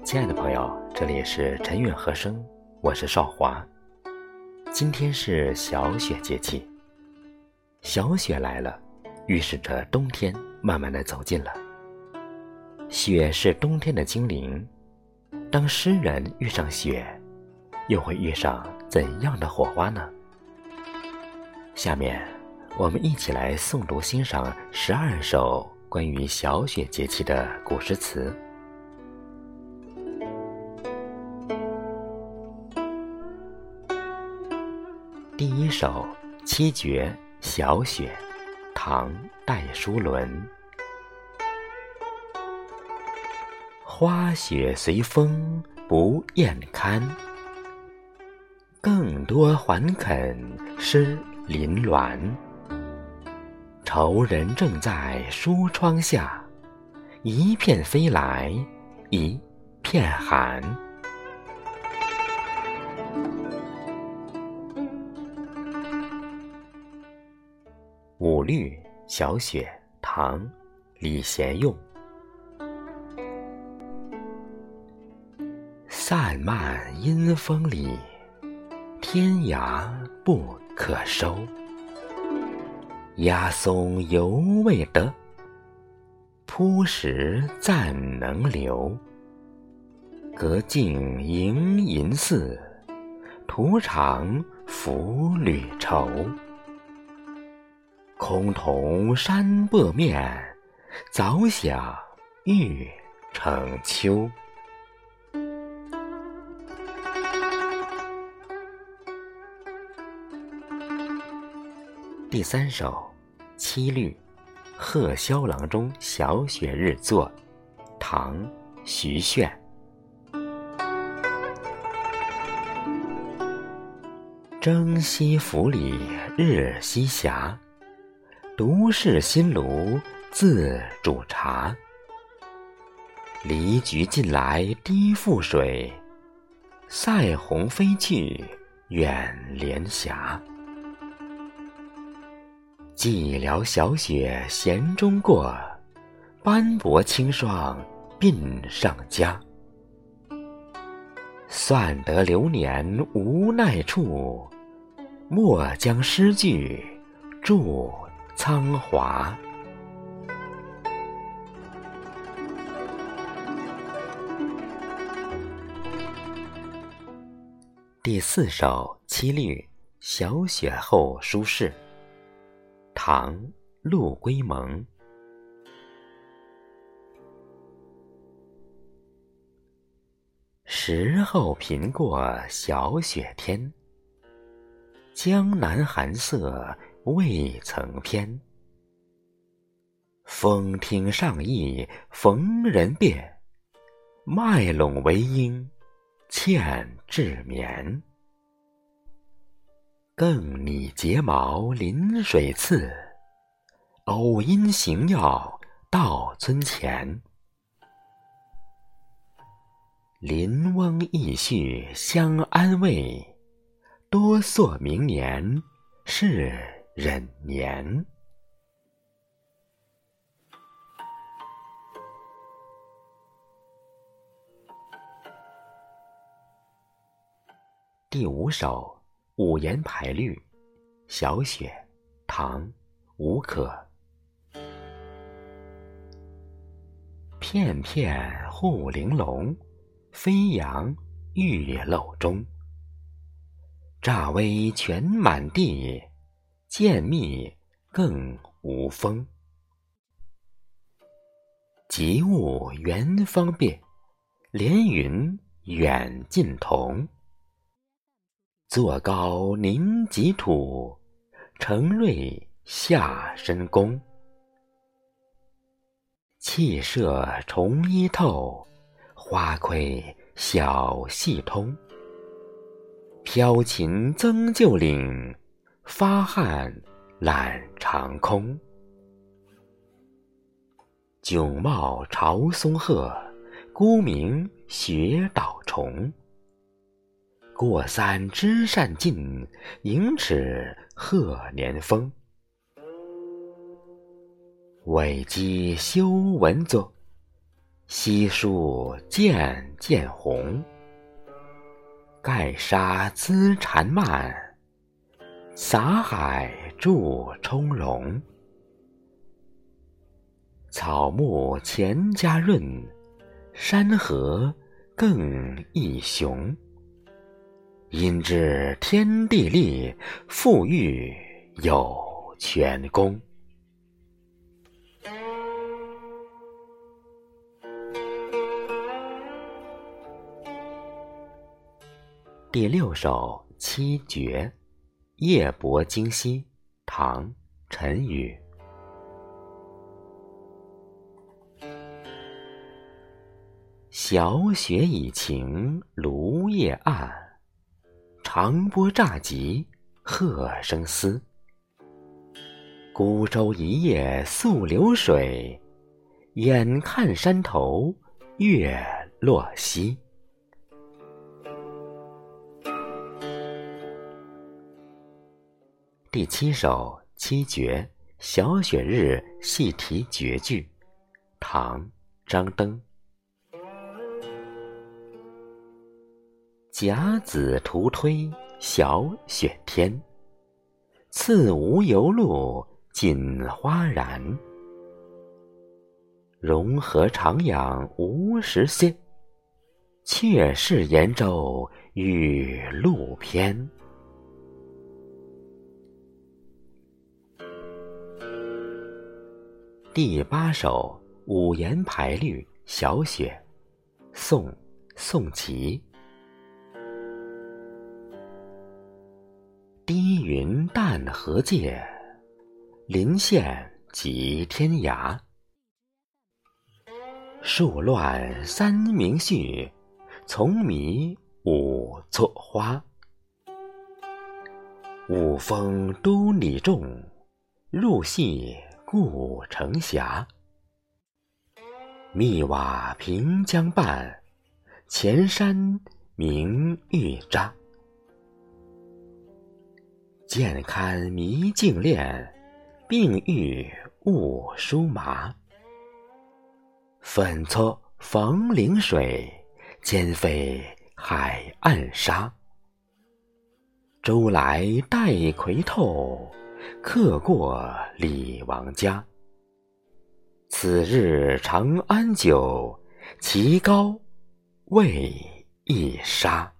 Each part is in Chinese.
亲爱的朋友，这里是晨韵和声，我是少华。今天是小雪节气，小雪来了，预示着冬天慢慢的走近了。雪是冬天的精灵，当诗人遇上雪，又会遇上怎样的火花呢？下面我们一起来诵读欣赏12首关于小雪节气的古诗词。第一首《七绝·小雪》，唐·戴叔伦。花雪随风不厌堪，更多还肯失林峦。愁人正在书窗下，一片飞来一片寒。五律·小雪，唐·李贤用。散漫阴风里，天涯不可收。鸦松犹未得，铺石暂能留。隔径迎银寺，途长拂旅愁。空同山薄面，早想欲成秋。第三首《七律》，贺萧郎中小雪日作，唐·徐铉。征西府里日西斜，独是新炉自煮茶。离菊近来低覆水，塞鸿飞去远连霞。寂寥小雪弦中过，斑驳清霜鬓上加。算得流年无奈处，莫将诗句著苍华。第四首《七律·小雪后书事》，唐·陆龟蒙。时候频过小雪天，江南寒色未曾偏。风听上意逢人便，麦陇为莺欠稚眠。更拟睫毛临水次，偶因行要到村前。邻翁意绪相安慰，多溯明年是壬年。第五首《五言排律》，小雪，唐·吴可。片片护玲珑，飞扬玉漏中。乍微泉满地，渐密更无风。极物圆方便，连云远近同。坐高临极土，承瑞下深宫。气射重衣透，花窥小细通。飘琴增就岭，发汉揽长空。迥茂朝松鹤，孤鸣雪岛虫。过三枝扇尽，迎齿鹤年风。尾鸡休闻作， 西树渐渐红，盖沙滋蝉漫，洒海筑充容。草木钱家润，山河更异雄。因知天地利，富裕有全功。第6首《七绝》，夜泊金溪，唐·陈宇。小雪已晴芦叶暗，长波乍急鹤声嘶。孤舟一叶溯流水，眼看山头月落西。第7首《七绝》，小雪日细题绝句，唐·张登。甲子图推小雪天，次无游路锦花然。融合徜徉无时歇，却是延州雨路偏。第8首《五言排律》，小雪，宋·宋琦。低云淡河界，林线及天涯。树乱三明絮，丛迷五错花。五峰都拟重，入隙故城峡。密瓦平江畔，前山明玉札。渐堪迷镜恋，并欲误书麻。粉搓逢陵水，兼飞海岸沙。舟来带葵透，客过李王家。此日长安酒，其高未一沙。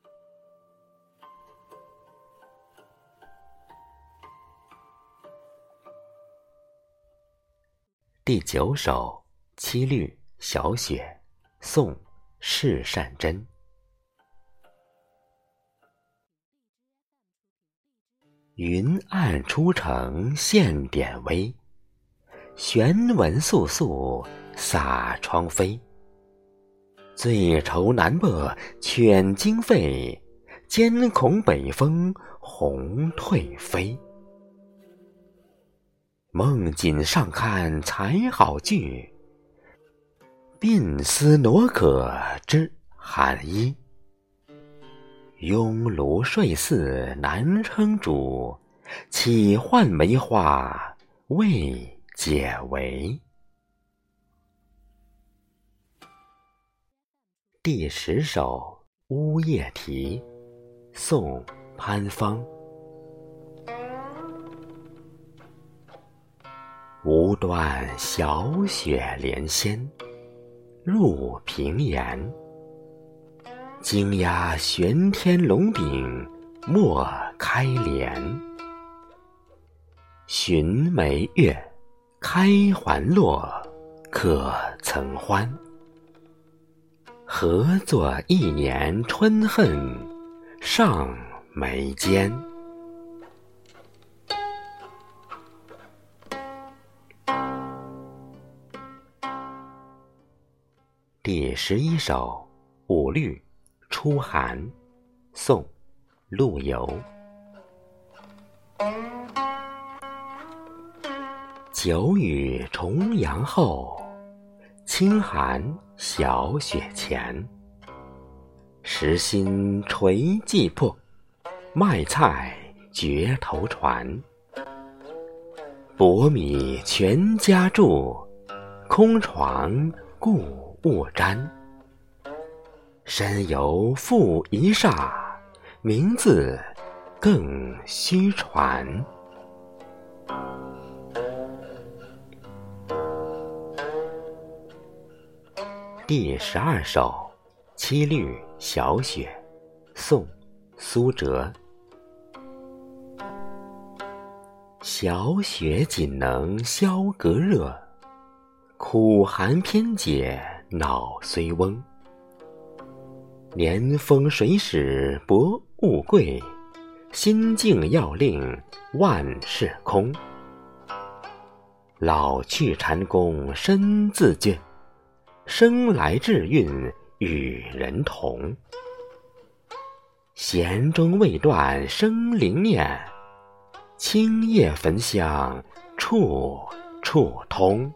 第9首《七律》，小雪，宋·释善真。云暗出城现点微，悬纹簌簌洒窗飞。醉愁南北犬惊吠，兼恐北风鸿退飞。梦锦上看才好句，鬓丝挪可知寒衣。庸庐睡似难称主，岂换梅花未解围。第10首《乌夜啼》，宋·潘芳。无端小雪连仙，入平岩。惊鸦玄天龙顶，莫开帘。寻梅月，开还落，可曾欢？何作一年春恨，上眉间。第11首《五律·初寒》，宋·陆游。久雨重阳后，清寒小雪前。时薪垂迹破，卖菜绝头船。薄米全家住，空床故勿沾。身有负一煞，名字更须传。第12首《七律·小雪》宋·苏辙。小雪仅能消隔热，苦寒偏解恼虽翁。年丰水始薄物贵，心境要令万事空。老去禅功身自倦，生来志运与人同。弦中未断生灵念，青叶焚香处处通。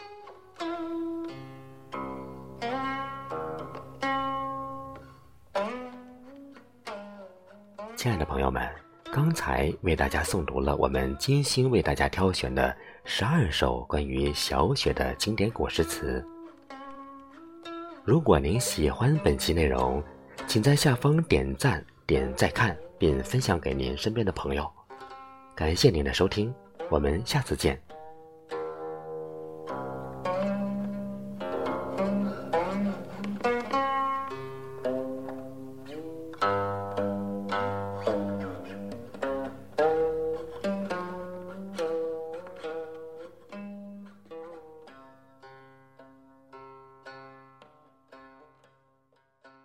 亲爱的朋友们，刚才为大家诵读了我们精心为大家挑选的12首关于小雪的经典古诗词。如果您喜欢本期内容，请在下方点赞、点再看，并分享给您身边的朋友。感谢您的收听，我们下次见。